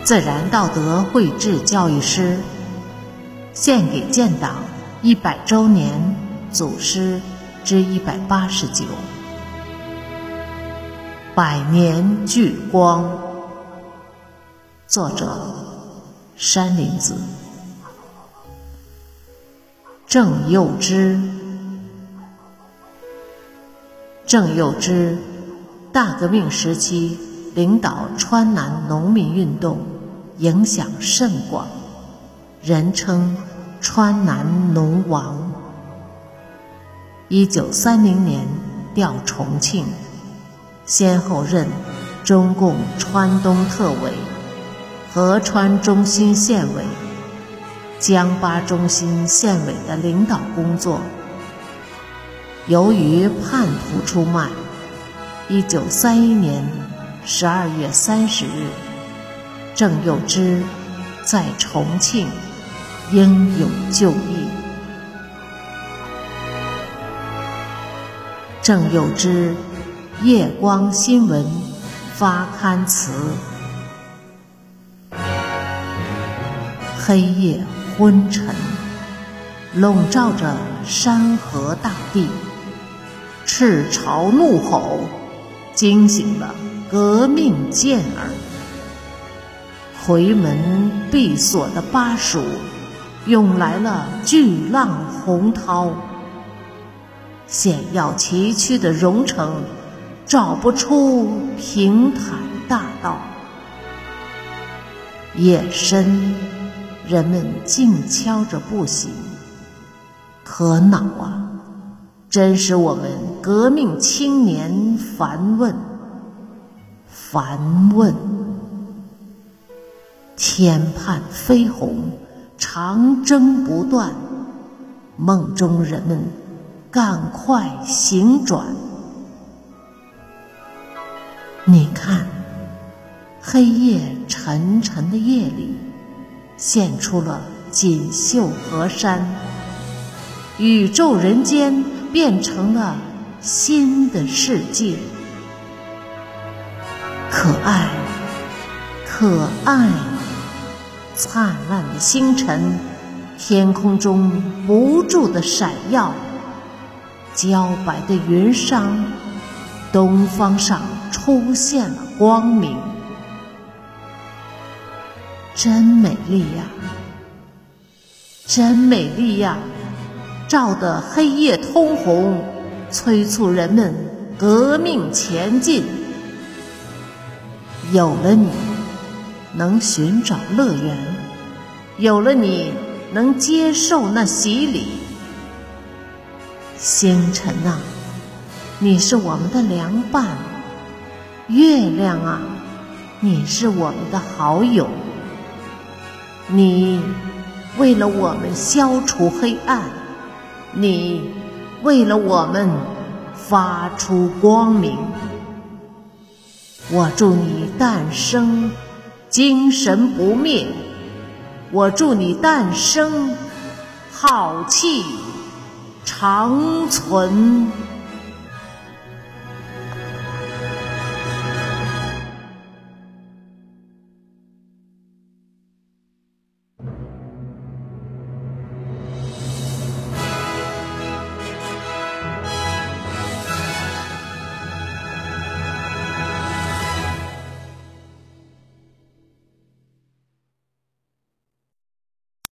自然道德绘制教育诗，献给建党100周年祖师之189。百年聚光，作者山林子。郑幼之，大革命时期领导川南农民运动，影响甚广，人称川南农王。1930年调重庆，先后任中共川东特委、合川中心县委、江巴中心县委的领导工作。由于叛徒出卖，1931年12月30日，郑幼之在重庆英勇就义。郑幼之夜光新闻发刊词：黑夜昏沉，笼罩着山河大地，赤潮怒吼，惊醒了革命健儿。回门闭锁的巴蜀，涌来了巨浪洪涛。险要崎岖的蓉城，找不出平坦大道。夜深，人们静悄着步行，可恼啊！真使我们革命青年烦问。天畔飞鸿，长征不断，梦中人们赶快醒转。你看，黑夜沉沉的夜里，现出了锦绣河山，宇宙人间变成了新的世界。可爱，灿烂的星辰，天空中不住地闪耀。皎白的云上，东方上出现了光明。真美丽呀，真美丽呀！照得黑夜通红，催促人们革命前进。有了你，能寻找乐园；有了你，能接受那洗礼。星辰啊，你是我们的良伴；月亮啊，你是我们的好友。你为了我们消除黑暗，你为了我们发出光明。我祝你诞生精神不灭，我祝你诞生好气长存。